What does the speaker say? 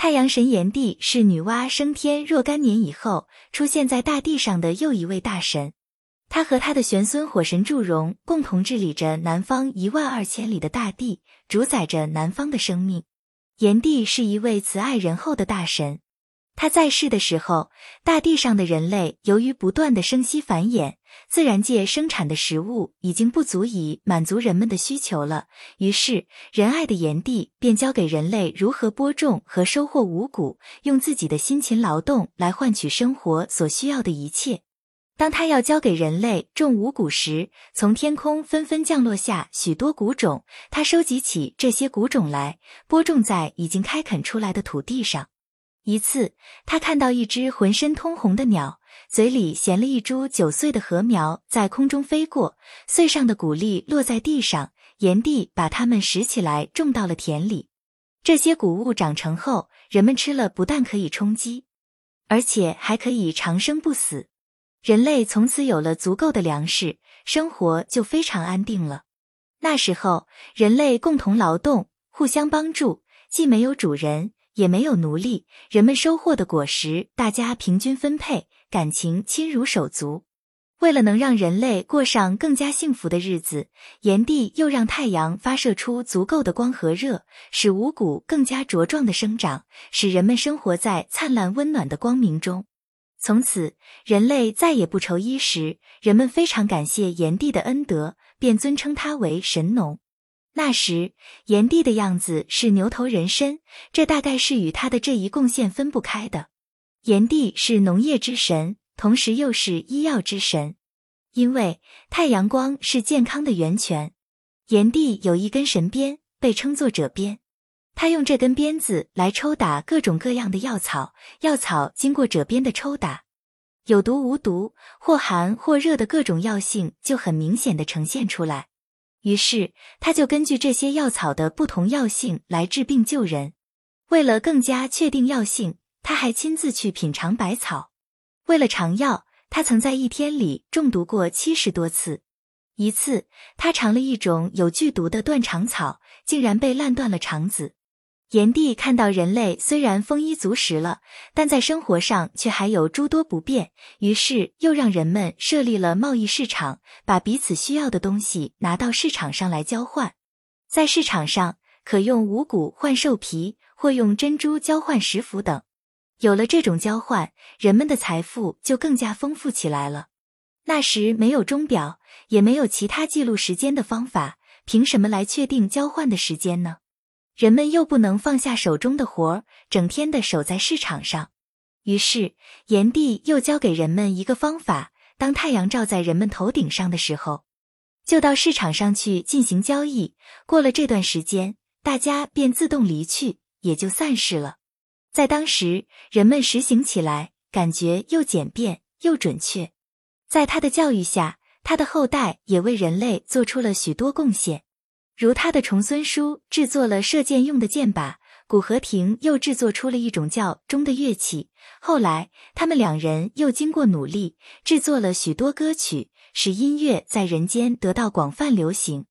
太阳神炎帝是女娲升天若干年以后出现在大地上的又一位大神。他和他的玄孙火神祝融共同治理着南方12000里的大地，主宰着南方的生命。炎帝是一位慈爱仁厚的大神。他在世的时候，大地上的人类由于不断的生息繁衍，自然界生产的食物已经不足以满足人们的需求了。于是，仁爱的炎帝便教给人类如何播种和收获五谷，用自己的辛勤劳动来换取生活所需要的一切。当他要教给人类种五谷时，从天空纷纷降落下许多谷种，他收集起这些谷种来，播种在已经开垦出来的土地上。一次，他看到一只浑身通红的鸟，嘴里衔了一株9岁的禾苗在空中飞过，穗上的谷粒落在地上，炎帝把它们拾起来种到了田里。这些谷物长成后，人们吃了不但可以充饥，而且还可以长生不死。人类从此有了足够的粮食，生活就非常安定了。那时候，人类共同劳动，互相帮助，既没有主人，也没有奴隶，人们收获的果实大家平均分配，感情亲如手足。为了能让人类过上更加幸福的日子，炎帝又让太阳发射出足够的光和热，使五谷更加茁壮的生长，使人们生活在灿烂温暖的光明中。从此，人类再也不愁衣食，人们非常感谢炎帝的恩德，便尊称他为神农。那时，炎帝的样子是牛头人身，这大概是与他的这一贡献分不开的。炎帝是农业之神，同时又是医药之神。因为太阳光是健康的源泉，炎帝有一根神鞭，被称作者鞭。他用这根鞭子来抽打各种各样的药草，药草经过者鞭的抽打，有毒无毒，或寒或热的各种药性就很明显地呈现出来。于是，他就根据这些药草的不同药性来治病救人。为了更加确定药性，他还亲自去品尝百草。为了尝药，他曾在一天里中毒过70多次。一次，他尝了一种有剧毒的断肠草，竟然被烂断了肠子。炎帝看到人类虽然丰衣足食了，但在生活上却还有诸多不便，于是又让人们设立了贸易市场，把彼此需要的东西拿到市场上来交换。在市场上，可用五谷换兽皮，或用珍珠交换食腐等。有了这种交换，人们的财富就更加丰富起来了。那时没有钟表，也没有其他记录时间的方法，凭什么来确定交换的时间呢？人们又不能放下手中的活儿，整天的守在市场上。于是，炎帝又教给人们一个方法，当太阳照在人们头顶上的时候，就到市场上去进行交易。过了这段时间，大家便自动离去，也就散市了。在当时，人们实行起来，感觉又简便又准确。在他的教育下，他的后代也为人类做出了许多贡献。如他的重孙叔制作了射箭用的箭靶，古和亭又制作出了一种叫钟的乐器。后来，他们两人又经过努力，制作了许多歌曲，使音乐在人间得到广泛流行。